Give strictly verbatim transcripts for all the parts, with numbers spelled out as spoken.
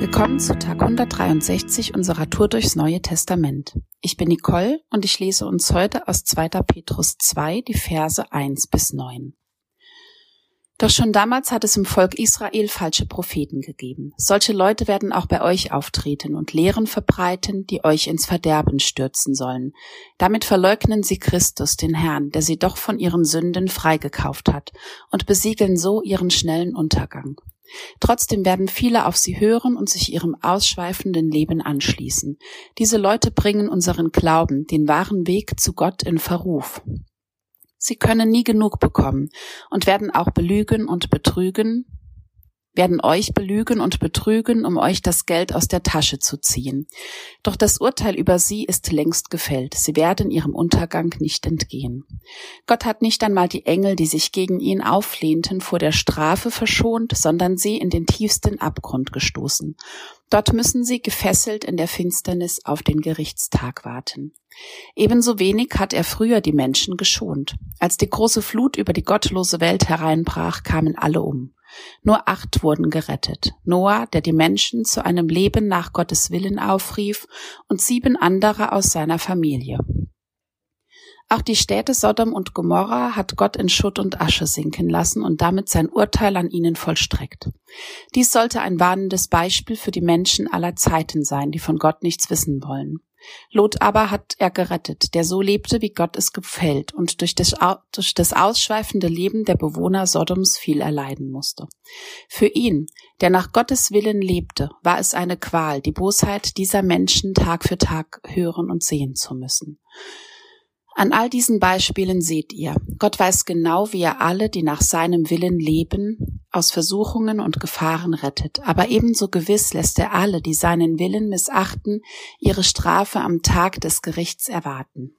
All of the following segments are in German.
Willkommen zu Tag hundertdreiundsechzig unserer Tour durchs Neue Testament. Ich bin Nicole und ich lese uns heute aus zweiter Petrus zwei die Verse eins bis neun. Doch schon damals hat es im Volk Israel falsche Propheten gegeben. Solche Leute werden auch bei euch auftreten und Lehren verbreiten, die euch ins Verderben stürzen sollen. Damit verleugnen sie Christus, den Herrn, der sie doch von ihren Sünden freigekauft hat, und besiegeln so ihren schnellen Untergang. Trotzdem werden viele auf sie hören und sich ihrem ausschweifenden Leben anschließen. Diese Leute bringen unseren Glauben, den wahren Weg zu Gott, in Verruf. Sie können nie genug bekommen und werden auch belügen und betrügen, werden euch belügen und betrügen, um euch das Geld aus der Tasche zu ziehen. Doch das Urteil über sie ist längst gefällt. Sie werden ihrem Untergang nicht entgehen. Gott hat nicht einmal die Engel, die sich gegen ihn auflehnten, vor der Strafe verschont, sondern sie in den tiefsten Abgrund gestoßen. Dort müssen sie gefesselt in der Finsternis auf den Gerichtstag warten. Ebenso wenig hat er früher die Menschen geschont. Als die große Flut über die gottlose Welt hereinbrach, kamen alle um. Nur acht wurden gerettet. Noah, der die Menschen zu einem Leben nach Gottes Willen aufrief, und sieben andere aus seiner Familie. Auch die Städte Sodom und Gomorra hat Gott in Schutt und Asche sinken lassen und damit sein Urteil an ihnen vollstreckt. Dies sollte ein warnendes Beispiel für die Menschen aller Zeiten sein, die von Gott nichts wissen wollen. Lot aber hat er gerettet, der so lebte, wie Gott es gefällt, und durch das, durch das ausschweifende Leben der Bewohner Sodoms viel erleiden musste. Für ihn, der nach Gottes Willen lebte, war es eine Qual, die Bosheit dieser Menschen Tag für Tag hören und sehen zu müssen. An all diesen Beispielen seht ihr, Gott weiß genau, wie er alle, die nach seinem Willen leben, aus Versuchungen und Gefahren rettet. Aber ebenso gewiss lässt er alle, die seinen Willen missachten, ihre Strafe am Tag des Gerichts erwarten.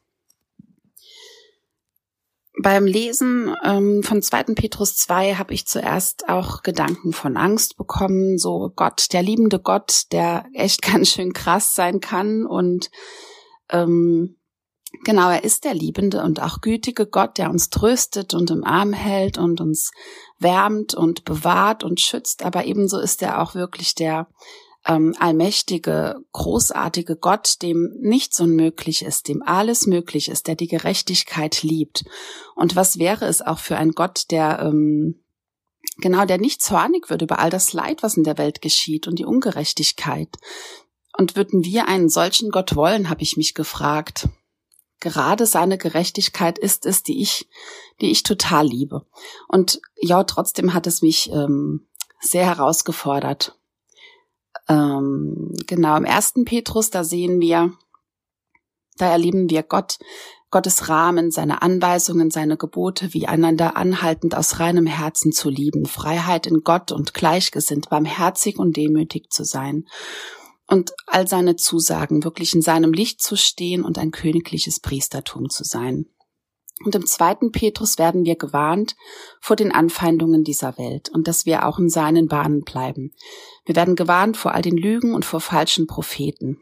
Beim Lesen ähm, von zweiter Petrus zwei habe ich zuerst auch Gedanken von Angst bekommen. So Gott, der liebende Gott, der echt ganz schön krass sein kann und ähm, Genau, er ist der liebende und auch gütige Gott, der uns tröstet und im Arm hält und uns wärmt und bewahrt und schützt. Aber ebenso ist er auch wirklich der ähm, allmächtige, großartige Gott, dem nichts unmöglich ist, dem alles möglich ist, der die Gerechtigkeit liebt. Und was wäre es auch für ein Gott, der ähm, genau, der nicht zornig wird über all das Leid, was in der Welt geschieht und die Ungerechtigkeit. Und würden wir einen solchen Gott wollen, habe ich mich gefragt. Gerade seine Gerechtigkeit ist es, die ich, die ich total liebe. Und ja, trotzdem hat es mich ähm, sehr herausgefordert. Ähm, genau, im ersten Petrus, da sehen wir, da erleben wir Gott, Gottes Rahmen, seine Anweisungen, seine Gebote, wie einander anhaltend aus reinem Herzen zu lieben, Freiheit in Gott und gleichgesinnt, barmherzig und demütig zu sein. Und all seine Zusagen, wirklich in seinem Licht zu stehen und ein königliches Priestertum zu sein. Und im zweiten Petrus werden wir gewarnt vor den Anfeindungen dieser Welt und dass wir auch in seinen Bahnen bleiben. Wir werden gewarnt vor all den Lügen und vor falschen Propheten.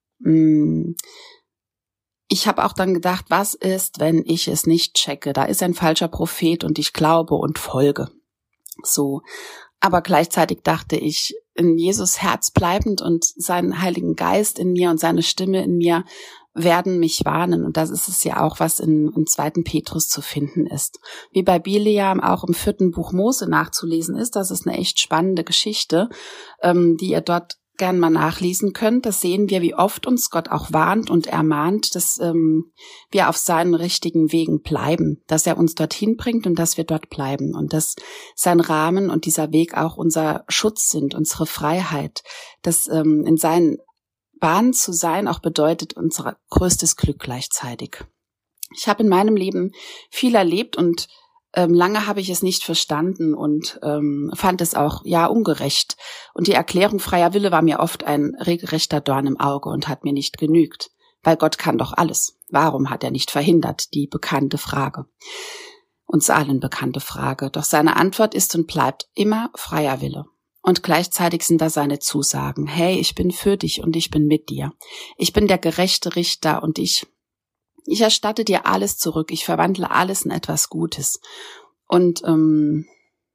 Ich habe auch dann gedacht, was ist, wenn ich es nicht checke? Da ist ein falscher Prophet und ich glaube und folge. So. Aber gleichzeitig dachte ich, in Jesus Herz bleibend und seinen Heiligen Geist in mir und seine Stimme in mir werden mich warnen. Und das ist es ja auch, was in, im zweiten Petrus zu finden ist. Wie bei Bileam auch im vierten Buch Mose nachzulesen ist, das ist eine echt spannende Geschichte, ähm, die ihr dort gern mal nachlesen könnt. Das sehen wir, wie oft uns Gott auch warnt und ermahnt, dass ähm, wir auf seinen richtigen Wegen bleiben, dass er uns dorthin bringt und dass wir dort bleiben und dass sein Rahmen und dieser Weg auch unser Schutz sind, unsere Freiheit, dass ähm, in seinen Bahnen zu sein auch bedeutet unser größtes Glück gleichzeitig. Ich habe in meinem Leben viel erlebt und Ähm, lange habe ich es nicht verstanden und ähm, fand es auch, ja, ungerecht. Und die Erklärung freier Wille war mir oft ein regelrechter Dorn im Auge und hat mir nicht genügt. Weil Gott kann doch alles. Warum hat er nicht verhindert? Die bekannte Frage. Uns allen bekannte Frage. Doch seine Antwort ist und bleibt immer freier Wille. Und gleichzeitig sind da seine Zusagen. Hey, ich bin für dich und ich bin mit dir. Ich bin der gerechte Richter und ich Ich erstatte dir alles zurück. Ich verwandle alles in etwas Gutes. Und ähm,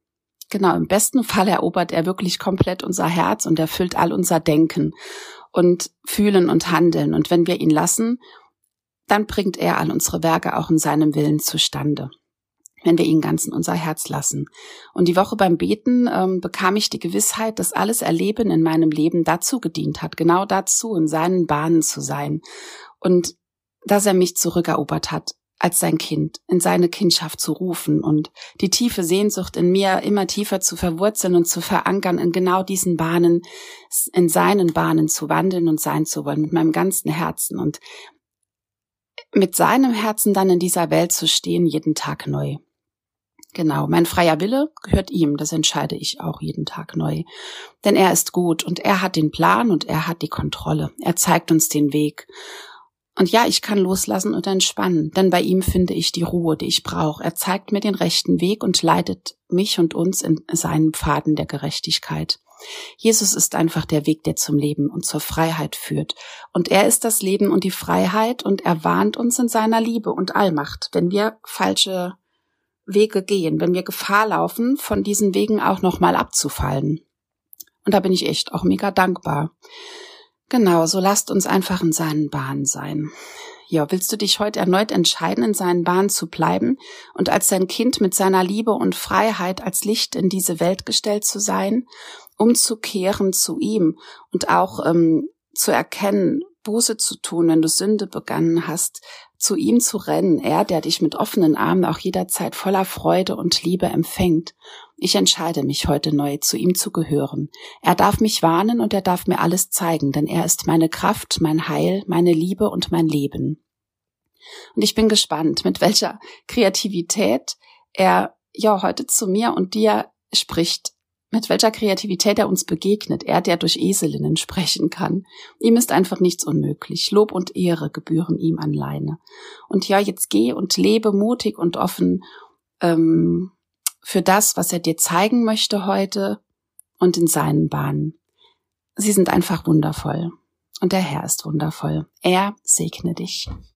Genau, im besten Fall erobert er wirklich komplett unser Herz und erfüllt all unser Denken und Fühlen und Handeln. Und wenn wir ihn lassen, dann bringt er all unsere Werke auch in seinem Willen zustande, wenn wir ihn ganz in unser Herz lassen. Und die Woche beim Beten ähm, bekam ich die Gewissheit, dass alles Erleben in meinem Leben dazu gedient hat, genau dazu, in seinen Bahnen zu sein. Und dass er mich zurückerobert hat, als sein Kind, in seine Kindschaft zu rufen und die tiefe Sehnsucht in mir immer tiefer zu verwurzeln und zu verankern, in genau diesen Bahnen, in seinen Bahnen zu wandeln und sein zu wollen, mit meinem ganzen Herzen und mit seinem Herzen dann in dieser Welt zu stehen, jeden Tag neu. Genau, mein freier Wille gehört ihm, das entscheide ich auch jeden Tag neu. Denn er ist gut und er hat den Plan und er hat die Kontrolle. Er zeigt uns den Weg. Und ja, ich kann loslassen und entspannen, denn bei ihm finde ich die Ruhe, die ich brauche. Er zeigt mir den rechten Weg und leitet mich und uns in seinen Pfaden der Gerechtigkeit. Jesus ist einfach der Weg, der zum Leben und zur Freiheit führt. Und er ist das Leben und die Freiheit und er warnt uns in seiner Liebe und Allmacht, wenn wir falsche Wege gehen, wenn wir Gefahr laufen, von diesen Wegen auch nochmal abzufallen. Und da bin ich echt auch mega dankbar. Genau, so lasst uns einfach in seinen Bahnen sein. Ja, willst du dich heute erneut entscheiden, in seinen Bahnen zu bleiben und als sein Kind mit seiner Liebe und Freiheit als Licht in diese Welt gestellt zu sein, umzukehren zu ihm und auch ähm, zu erkennen, Buße zu tun, wenn du Sünde begangen hast, zu ihm zu rennen, er, der dich mit offenen Armen auch jederzeit voller Freude und Liebe empfängt. Ich entscheide mich heute neu, zu ihm zu gehören. Er darf mich warnen und er darf mir alles zeigen, denn er ist meine Kraft, mein Heil, meine Liebe und mein Leben. Und ich bin gespannt, mit welcher Kreativität er ja heute zu mir und dir spricht, mit welcher Kreativität er uns begegnet, er, der durch Eselinnen sprechen kann. Ihm ist einfach nichts unmöglich. Lob und Ehre gebühren ihm alleine. Und ja, jetzt geh und lebe mutig und offen ähm, für das, was er dir zeigen möchte heute und in seinen Bahnen. Sie sind einfach wundervoll. Und der Herr ist wundervoll. Er segne dich.